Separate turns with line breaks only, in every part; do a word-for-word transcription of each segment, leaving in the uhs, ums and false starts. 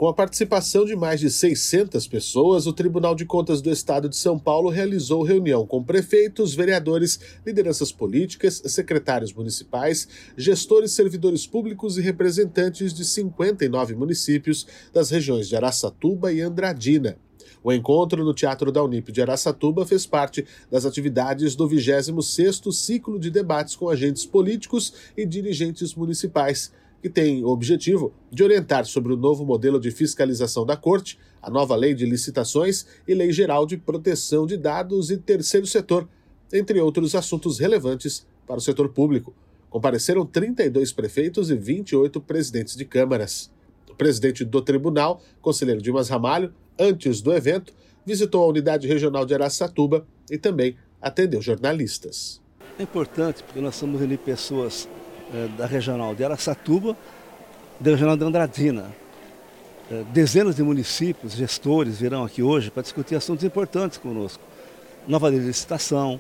Com a participação de mais de seiscentas pessoas, o Tribunal de Contas do Estado de São Paulo realizou reunião com prefeitos, vereadores, lideranças políticas, secretários municipais, gestores, servidores públicos e representantes de cinquenta e nove municípios das regiões de Araçatuba e Andradina. O encontro no Teatro da Unip de Araçatuba fez parte das atividades do vigésimo sexto ciclo de debates com agentes políticos e dirigentes municipais, que tem o objetivo de orientar sobre o novo modelo de fiscalização da Corte, a nova lei de licitações e lei geral de proteção de dados e terceiro setor, entre outros assuntos relevantes para o setor público. Compareceram trinta e dois prefeitos e vinte e oito presidentes de câmaras. O presidente do tribunal, conselheiro Dimas Ramalho, antes do evento, visitou a unidade regional de Araçatuba e também atendeu jornalistas.
É importante porque nós estamos reunindo pessoas da regional de Araçatuba, da regional de Andradina. Dezenas de municípios, gestores virão aqui hoje para discutir assuntos importantes conosco. Nova lei de licitação,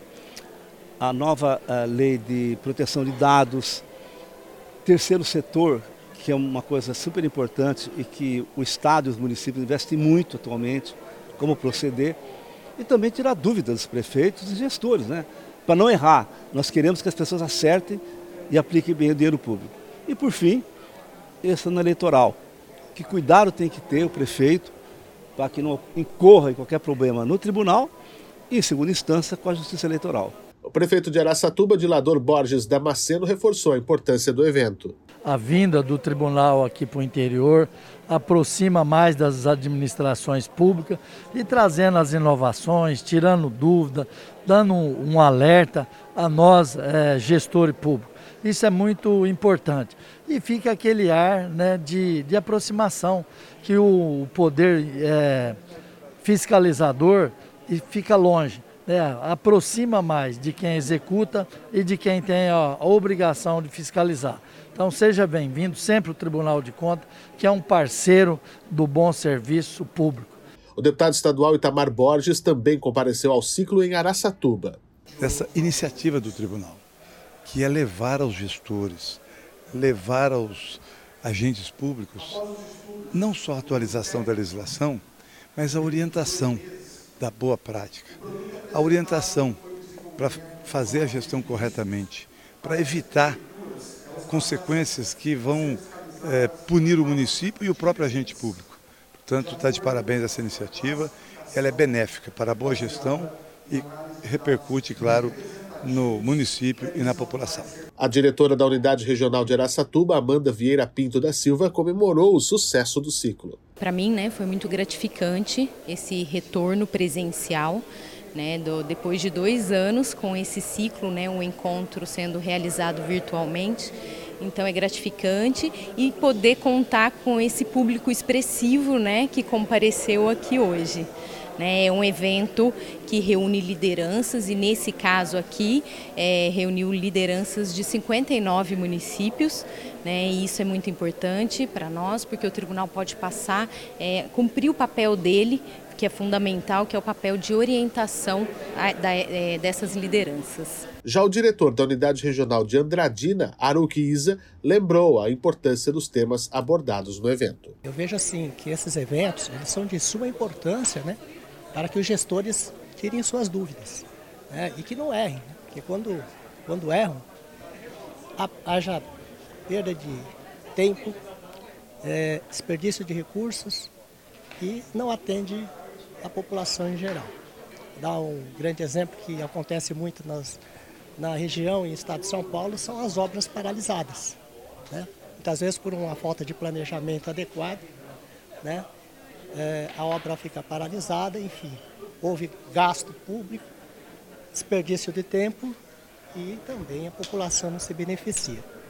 a nova a lei de proteção de dados, terceiro setor, que é uma coisa super importante e que o Estado e os municípios investem muito atualmente, como proceder, e também tirar dúvidas dos prefeitos e gestores, né? Para não errar, nós queremos que as pessoas acertem e aplique bem o dinheiro público. E por fim, esse ano eleitoral, que cuidado tem que ter o prefeito para que não incorra em qualquer problema no tribunal e, em segunda instância, com a justiça eleitoral.
O prefeito de Araçatuba, Dilador Borges Damasceno, reforçou a importância do evento.
A vinda do tribunal aqui para o interior aproxima mais das administrações públicas e trazendo as inovações, tirando dúvida, dando um, um alerta a nós, é, gestores públicos. Isso é muito importante. E fica aquele ar, né, de, de aproximação, que o poder é, fiscalizador fica longe, né, aproxima mais de quem executa e de quem tem a, a obrigação de fiscalizar. Então seja bem-vindo sempre o Tribunal de Contas, que é um parceiro do bom serviço público.
O deputado estadual Itamar Borges também compareceu ao ciclo em Araçatuba.
Essa iniciativa do tribunal, que é levar aos gestores, levar aos agentes públicos, não só a atualização da legislação, mas a orientação da boa prática, a orientação para fazer a gestão corretamente, para evitar consequências que vão é, punir o município e o próprio agente público. Portanto, está de parabéns essa iniciativa, ela é benéfica para a boa gestão e repercute, claro, no município e na população.
A diretora da Unidade Regional de Araçatuba, Amanda Vieira Pinto da Silva, comemorou o sucesso do ciclo.
Para mim, né, foi muito gratificante esse retorno presencial, né, do, depois de dois anos com esse ciclo, né, um encontro sendo realizado virtualmente. Então é gratificante e poder contar com esse público expressivo, né, que compareceu aqui hoje. É um evento que reúne lideranças e, nesse caso aqui, é, reuniu lideranças de cinquenta e nove municípios, né, e isso é muito importante para nós, porque o tribunal pode passar, é, cumprir o papel dele, que é fundamental, que é o papel de orientação a, da, é, dessas lideranças.
Já o diretor da Unidade Regional de Andradina, Haruki Isa, lembrou a importância dos temas abordados no evento.
Eu vejo assim que esses eventos, eles são de suma importância, né, para que os gestores tirem suas dúvidas, né, e que não errem, né, porque quando, quando erram, haja perda de tempo, é, desperdício de recursos e não atende a população em geral. Dá um grande exemplo que acontece muito nas, na região e no estado de São Paulo, são as obras paralisadas, né? Muitas vezes por uma falta de planejamento adequado, né? É, a obra fica paralisada, enfim, houve gasto público, desperdício de tempo e também a população não se beneficia.